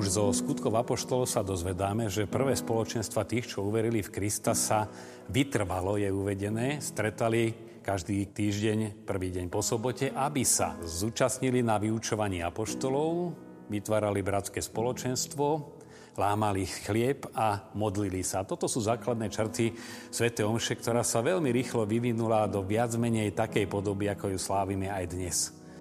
Už zo skutkov apoštolov sa dozvedáme, že prvé spoločenstva tých, čo uverili v Krista, sa vytrvalo, je uvedené, stretali každý týždeň, prvý deň po sobote, aby sa zúčastnili na vyučovaní apoštolov, vytvárali bratské spoločenstvo, lámali chlieb a modlili sa. Toto sú základné črty svätej omše, ktorá sa veľmi rýchlo vyvinula do viac menej takej podoby, ako ju slávime aj dnes.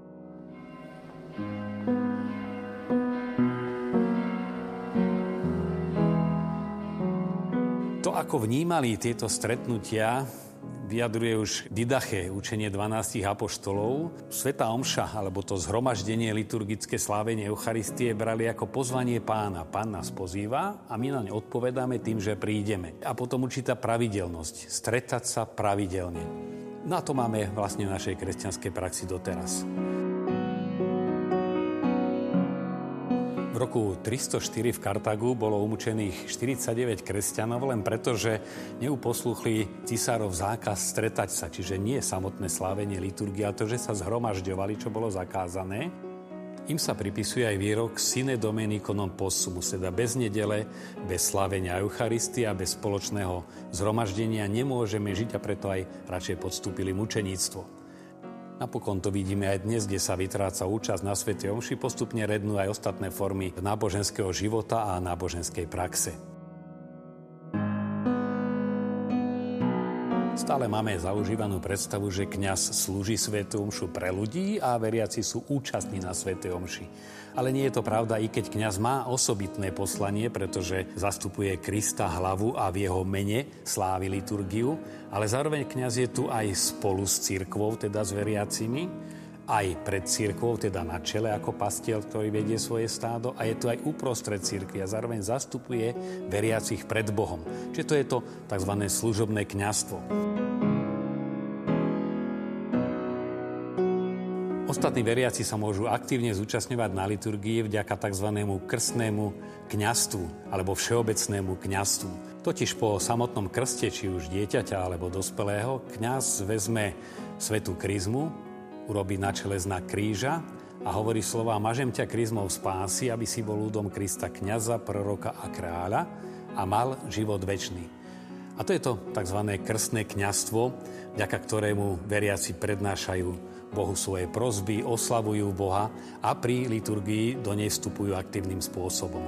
To, ako vnímali tieto stretnutia, vyjadruje už Didache, učenie 12 apoštolov. Svätá omša, alebo to zhromaždenie liturgické slávenie Eucharistie brali ako pozvanie Pána. Pán nás pozýva a my naň odpovedáme tým, že prídeme. A potom určitá pravidelnosť. Stretať sa pravidelne. Na to máme vlastne v našej kresťanskej praxi doteraz. V roku 304 v Kartagu bolo umúčených 49 kresťanov len preto, že neuposlúchli cisárov zákaz stretať sa, čiže nie samotné slávenie liturgie, ale to, že sa zhromažďovali, čo bolo zakázané. Im sa pripisuje aj výrok sine dominico non possumus, teda bez nedele, bez slávenia Eucharistie a bez spoločného zhromaždenia nemôžeme žiť a preto aj radšej podstúpili mučeníctvo. Napokon to vidíme aj dnes, kde sa vytráca účasť na svätej omši, postupne rednú aj ostatné formy náboženského života a náboženskej praxe. Stále máme zaužívanú predstavu, že kňaz slúži svätú omšu pre ľudí a veriaci sú účastní na svätej omši. Ale nie je to pravda, i keď kňaz má osobitné poslanie, pretože zastupuje Krista hlavu a v jeho mene slávi liturgiu, ale zároveň kňaz je tu aj spolu s cirkvou, teda s veriacimi, aj pred cirkvou, teda na čele ako pastiel, ktorý vedie svoje stádo, a je tu aj uprostred cirkvi a zároveň zastupuje veriacich pred Bohom. Čiže to je to tzv. Služobné kňazstvo. Ostatní veriaci sa môžu aktívne zúčastňovať na liturgii vďaka tzv. Krstnému kňazstvu alebo všeobecnému kňazstvu. Totiž po samotnom krste, či už dieťaťa alebo dospelého, kňaz vezme svätú kryzmu, urobí na čele znak kríža a hovorí slová: mažem ťa kryzmou spásy, aby si bol ľudom Krista kňaza, proroka a kráľa a mal život večný. A to je to tzv. Krstné kňazstvo, vďaka ktorému veriaci prednášajú Bohu svoje prosby, oslavujú Boha a pri liturgii do nej vstupujú aktívnym spôsobom.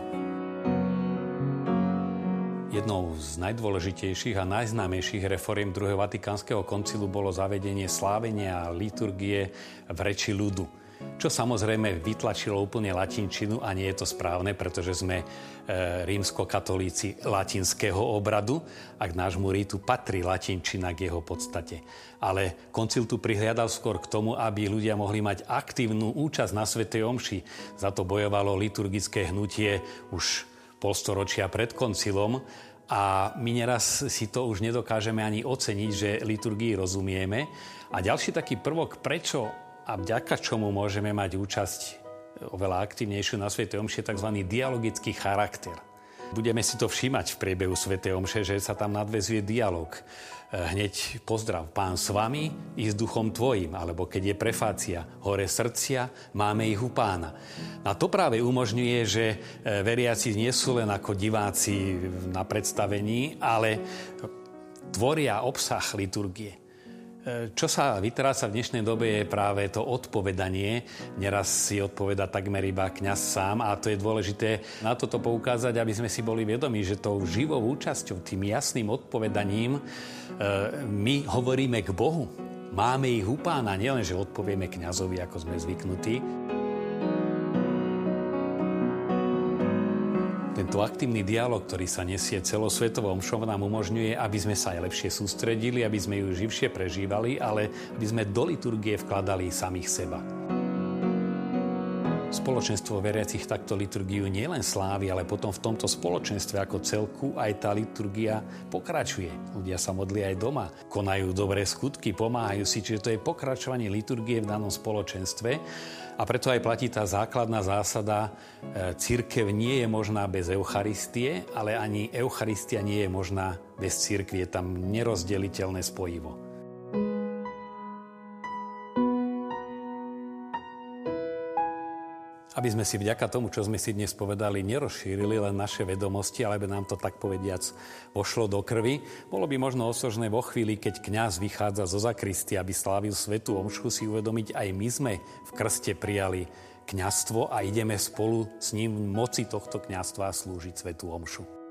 Jednou z najdôležitejších a najznámejších reforiem druhého Vatikánskeho koncilu bolo zavedenie slávenia liturgie v reči ľudu, čo samozrejme vytlačilo úplne latinčinu a nie je to správne, pretože sme rímskokatolíci latinského obradu a k nášmu rítu patrí latinčina k jeho podstate. Ale koncil tu prihliadal skôr k tomu, aby ľudia mohli mať aktívnu účasť na svätej omši. Za to bojovalo liturgické hnutie už polstoročia pred koncilom a my neraz si to už nedokážeme ani oceniť, že liturgii rozumieme. A ďalší taký prvok, prečo a vďaka čomu môžeme mať účasť oveľa aktívnejšiu na svätej omši, je tzv. Dialogický charakter. Budeme si to všímať v priebehu svätej omše, že sa tam nadväzuje dialog. Hneď pozdrav, Pán s vami i s duchom tvojim, alebo keď je prefácia, hore srdcia, máme ich u Pána. A to práve umožňuje, že veriaci nie sú len ako diváci na predstavení, ale tvoria obsah liturgie. Čo sa vytráca v dnešnej dobe je práve to odpovedanie. Neraz si odpoveda takmer iba kňaz sám a to je dôležité na toto poukázať, aby sme si boli vedomí, že tou živou účasťou, tým jasným odpovedaním my hovoríme k Bohu. Máme ich u Pána, nielen, že odpovieme kňazovi, ako sme zvyknutí. Tento aktívny dialog, ktorý sa nesie celosvetovou omšou, nám umožňuje, aby sme sa aj lepšie sústredili, aby sme ju živšie prežívali, ale aby sme do liturgie vkladali samých seba. Spoločenstvo veriacich takto liturgiu nielen slávi, ale potom v tomto spoločenstve ako celku aj tá liturgia pokračuje. Ľudia sa modlia aj doma, konajú dobré skutky, pomáhajú si, čiže to je pokračovanie liturgie v danom spoločenstve. A preto aj platí tá základná zásada, cirkev nie je možná bez Eucharistie, ale ani Eucharistia nie je možná bez cirkvi, je tam nerozdeliteľné spojivo. Aby sme si vďaka tomu, čo sme si dnes povedali, nerozšírili len naše vedomosti, ale by nám to tak povediac vošlo do krvi, bolo by možno osožné vo chvíli, keď kňaz vychádza zo zakristie, aby slávil svätú omšu, si uvedomiť, aj my sme v krste prijali kňazstvo a ideme spolu s ním v moci tohto kňazstva slúžiť svätú omšu.